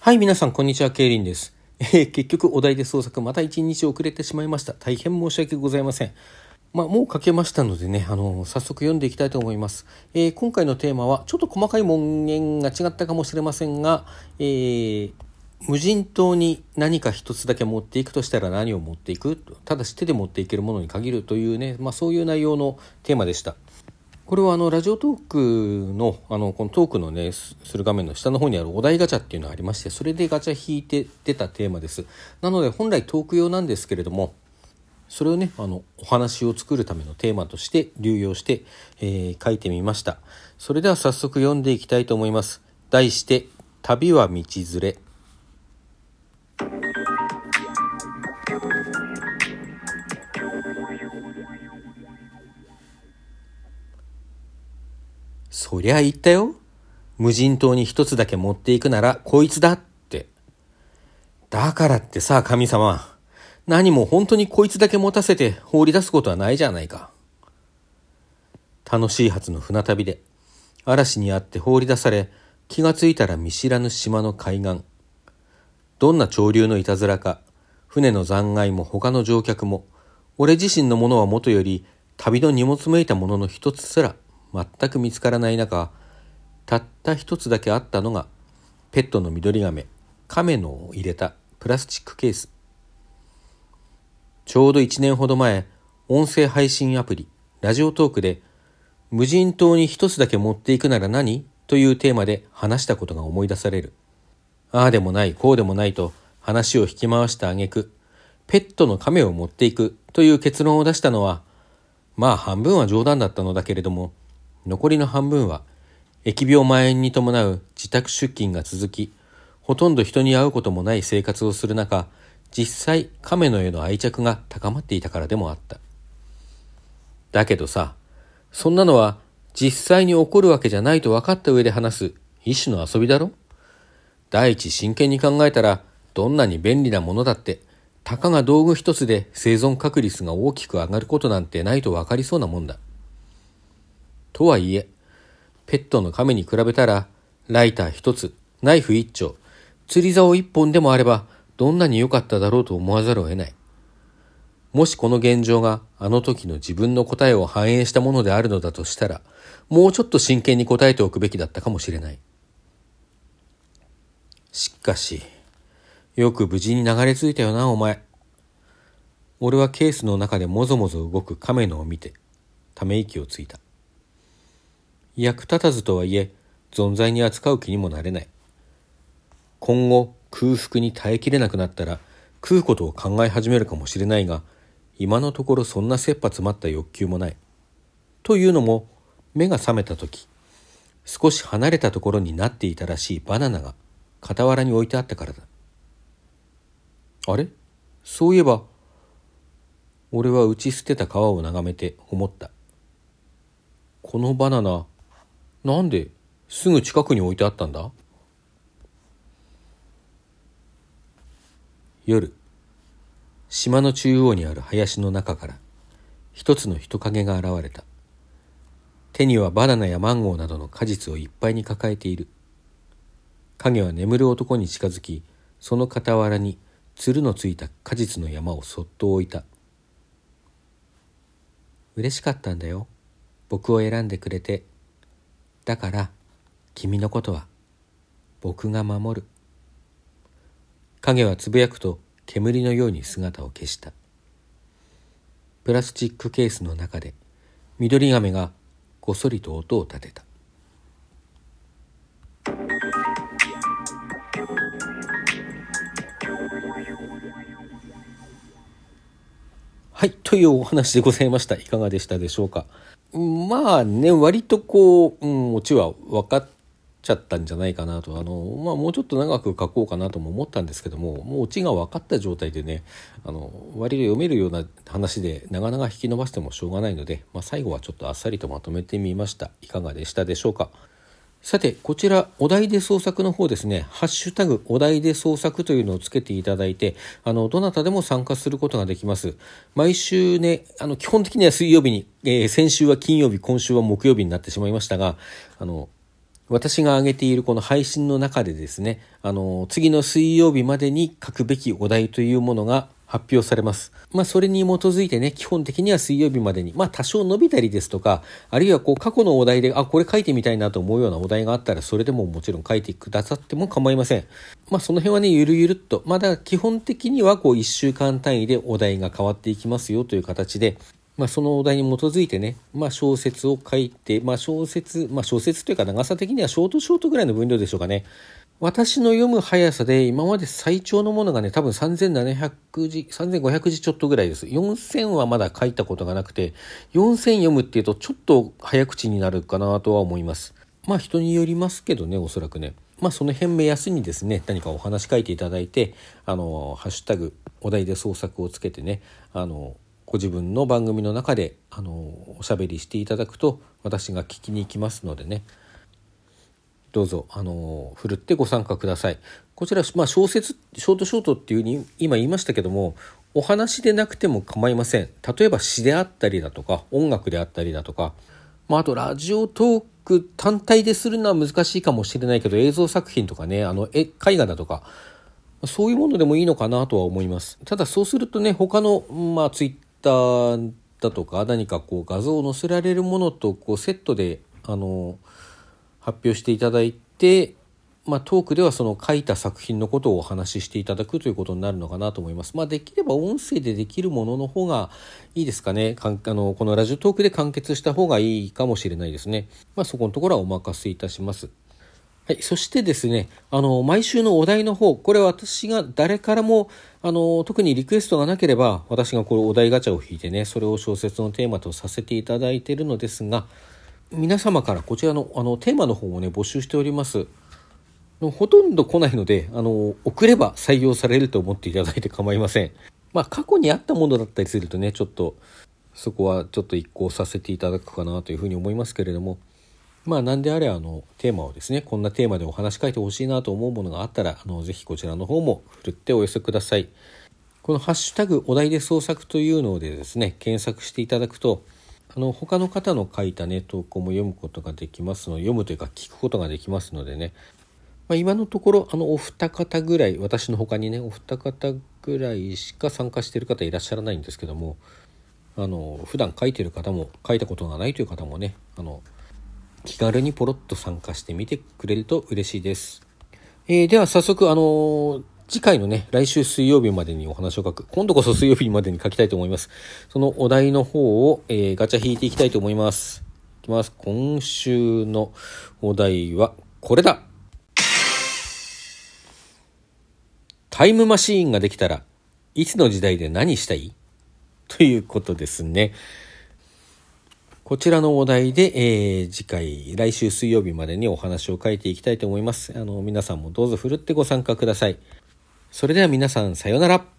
はい、皆さん、こんにちは。ケイリンです。結局、お題で創作、また1日遅れてしまいました。大変申し訳ございません。もう書けましたのでね、早速読んでいきたいと思います。今回のテーマは、ちょっと細かい文言が違ったかもしれませんが、無人島に何か一つだけ持っていくとしたら何を持っていく？ただし手で持っていけるものに限るというね、そういう内容のテーマでした。これはラジオトークのこのトークのねする画面の下の方にあるお題ガチャっていうのがありまして、それでガチャ引いて出たテーマです。なので本来トーク用なんですけれども、それをねお話を作るためのテーマとして流用して、書いてみました。それでは早速読んでいきたいと思います。題して旅は道連れ。そりゃ言ったよ。無人島に一つだけ持っていくならこいつだって。だからってさ、神様。何も本当にこいつだけ持たせて放り出すことはないじゃないか。楽しいはずの船旅で嵐にあって放り出され、気がついたら見知らぬ島の海岸。どんな潮流のいたずらか、船の残骸も他の乗客も、俺自身のものはもとより旅の荷物めいたものの一つすら全く見つからない中、たった一つだけあったのがペットの緑亀のを入れたプラスチックケース。ちょうど1年ほど前、音声配信アプリラジオトークで無人島に一つだけ持っていくなら何？というテーマで話したことが思い出される。ああでもないこうでもないと話を引き回した挙句、ペットの亀を持っていくという結論を出したのは、半分は冗談だったのだけれども、残りの半分は疫病蔓延に伴う自宅出勤が続き、ほとんど人に会うこともない生活をする中、実際亀のへの愛着が高まっていたからでもあった。だけどさ、そんなのは実際に起こるわけじゃないと分かった上で話す一種の遊びだろ？第一真剣に考えたら、どんなに便利なものだって、たかが道具一つで生存確率が大きく上がることなんてないと分かりそうなもんだ。とはいえ、ペットの亀に比べたら、ライター一つ、ナイフ一丁、釣り竿一本でもあれば、どんなに良かっただろうと思わざるを得ない。もしこの現状があの時の自分の答えを反映したものであるのだとしたら、もうちょっと真剣に答えておくべきだったかもしれない。しかし、よく無事に流れ着いたよな、お前。俺はケースの中でもぞもぞ動く亀のを見て、ため息をついた。役立たずとはいえ、存在に扱う気にもなれない。今後、空腹に耐えきれなくなったら、食うことを考え始めるかもしれないが、今のところそんな切羽詰まった欲求もない。というのも、目が覚めたとき、少し離れたところになっていたらしいバナナが傍らに置いてあったからだ。あれ？そういえば、俺は打ち捨てた皮を眺めて思った。このバナナ、なんですぐ近くに置いてあったんだ？夜、島の中央にある林の中から一つの人影が現れた。手にはバナナやマンゴーなどの果実をいっぱいに抱えている。影は眠る男に近づき、その傍らにつるのついた果実の山をそっと置いた。嬉しかったんだよ、僕を選んでくれて。だから君のことは僕が守る。影はつぶやくと煙のように姿を消した。プラスチックケースの中で緑亀がこそりと音を立てた。はい、というお話でございました。いかがでしたでしょうか。割とオチは分かっちゃったんじゃないかなと。もうちょっと長く書こうかなとも思ったんですけども、もうオチが分かった状態でね、割と読めるような話で長々引き伸ばしてもしょうがないので、最後はちょっとあっさりとまとめてみました。いかがでしたでしょうか。さて、こちらお題で創作の方ですね、ハッシュタグお題で創作というのをつけていただいて、どなたでも参加することができます。毎週ね、基本的には水曜日に、先週は金曜日、今週は木曜日になってしまいましたが、 私が挙げているこの配信の中でですね、次の水曜日までに書くべきお題というものが発表されます。それに基づいてね、基本的には水曜日までに、多少伸びたりですとか、あるいは過去のお題で、これ書いてみたいなと思うようなお題があったら、それでももちろん書いてくださっても構いません。その辺はね、ゆるゆるっと、だから基本的には1週間単位でお題が変わっていきますよという形で、そのお題に基づいてね、小説を書いて、小説というか長さ的にはショートぐらいの分量でしょうかね。私の読む速さで今まで最長のものがね、多分3700字、3500字ちょっとぐらいです。4000はまだ書いたことがなくて、4000読むっていうとちょっと早口になるかなとは思います。人によりますけどね、おそらくね。その辺目安にですね、何かお話書いていただいて、ハッシュタグ、お題で創作をつけてね、ご自分の番組の中で、おしゃべりしていただくと、私が聞きに行きますのでね、どうぞふるってご参加ください。こちら、小説ショートっていう風に今言いましたけども、お話でなくても構いません。例えば詩であったりだとか音楽であったりだとか、あとラジオトーク単体でするのは難しいかもしれないけど、映像作品とかね、絵画だとか、そういうものでもいいのかなとは思います。ただそうするとね、他のツイッターだとか何か画像を載せられるものとセットで発表していただいて、トークではその書いた作品のことをお話ししていただくということになるのかなと思います。できれば音声でできるものの方がいいですかね。このラジオトークで完結した方がいいかもしれないですね。そこのところはお任せいたします。はい、そしてですね、毎週のお題の方、これは私が誰からも特にリクエストがなければ、私がこのお題ガチャを引いてね、それを小説のテーマとさせていただいているのですが、皆様からこちらのテーマの方をね、募集しております。ほとんど来ないので、送れば採用されると思っていただいて構いません。過去にあったものだったりするとね、ちょっとそこはちょっと一考させていただくかなというふうに思いますけれども、なんであれテーマをですね、こんなテーマでお話書いてほしいなと思うものがあったら、ぜひこちらの方も振るってお寄せください。このハッシュタグお題で創作というのでですね、検索していただくと、他の方の書いたね、投稿も読むことができますので、読むというか聞くことができますのでね、今のところお二方ぐらい、私の他にね、お二方ぐらいしか参加している方いらっしゃらないんですけども、普段書いている方も、書いたことがないという方もね、気軽にポロッと参加してみてくれると嬉しいです。では早速次回のね、来週水曜日までにお話を書く、今度こそ水曜日までに書きたいと思います。そのお題の方を、ガチャ引いていきたいと思います。いきます。今週のお題はこれだ。タイムマシーンができたらいつの時代で何したい？ということですね。こちらのお題で、次回来週水曜日までにお話を書いていきたいと思います。皆さんもどうぞふるってご参加ください。それでは皆さん、さようなら。